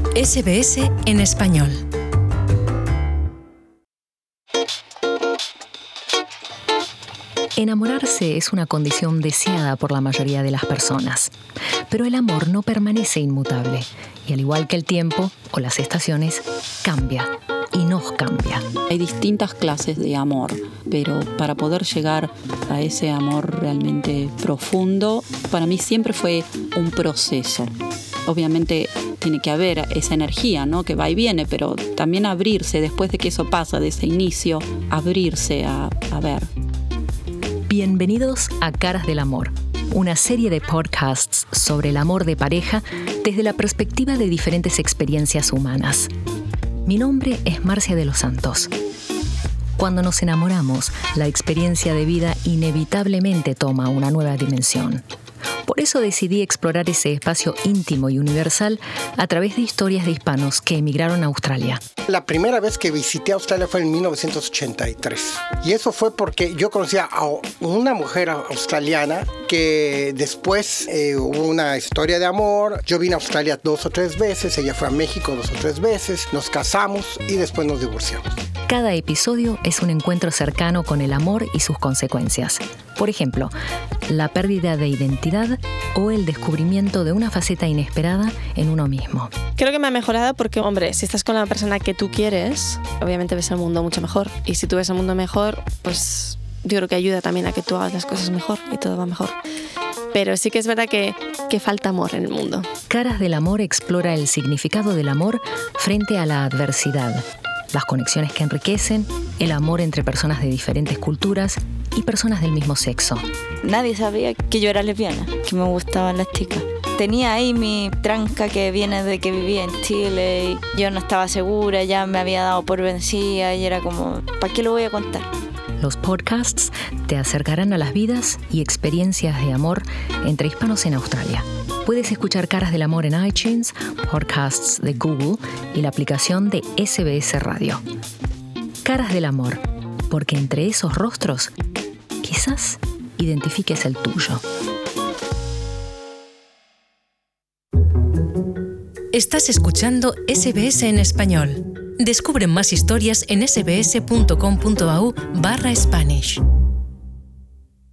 SBS en español. Enamorarse es una condición deseada por la mayoría de las personas, pero el amor no permanece inmutable y, al igual que el tiempo o las estaciones, cambia y nos cambia. Hay distintas clases de amor, pero para poder llegar a ese amor realmente profundo, para mí siempre fue un proceso. Obviamente tiene que haber esa energía, ¿no?, que va y viene, pero también abrirse después de que eso pasa, de ese inicio, abrirse a ver. Bienvenidos a Caras del Amor, una serie de podcasts sobre el amor de pareja desde la perspectiva de diferentes experiencias humanas. Mi nombre es Marcia de los Santos. Cuando nos enamoramos, la experiencia de vida inevitablemente toma una nueva dimensión. Por eso decidí explorar ese espacio íntimo y universal a través de historias de hispanos que emigraron a Australia. La primera vez que visité Australia fue en 1983. Y eso fue porque yo conocía a una mujer australiana que después hubo una historia de amor. Yo vine a Australia 2 o 3 veces, ella fue a México 2 o 3 veces, nos casamos y después nos divorciamos. Cada episodio es un encuentro cercano con el amor y sus consecuencias. Por ejemplo, la pérdida de identidad o el descubrimiento de una faceta inesperada en uno mismo. Creo que me ha mejorado porque, hombre, si estás con la persona que tú quieres, obviamente ves el mundo mucho mejor. Y si tú ves el mundo mejor, pues yo creo que ayuda también a que tú hagas las cosas mejor y todo va mejor. Pero sí que es verdad que falta amor en el mundo. Caras del Amor explora el significado del amor frente a la adversidad, las conexiones que enriquecen, el amor entre personas de diferentes culturas y personas del mismo sexo. Nadie sabía que yo era lesbiana, que me gustaban las chicas. Tenía ahí mi tranca que viene de que vivía en Chile y yo no estaba segura, ya me había dado por vencida y era como, ¿para qué lo voy a contar? Los podcasts te acercarán a las vidas y experiencias de amor entre hispanos en Australia. Puedes escuchar Caras del Amor en iTunes, podcasts de Google y la aplicación de SBS Radio. Caras del Amor, porque entre esos rostros, quizás identifiques el tuyo. Estás escuchando SBS en español. Descubre más historias en sbs.com.au/Spanish.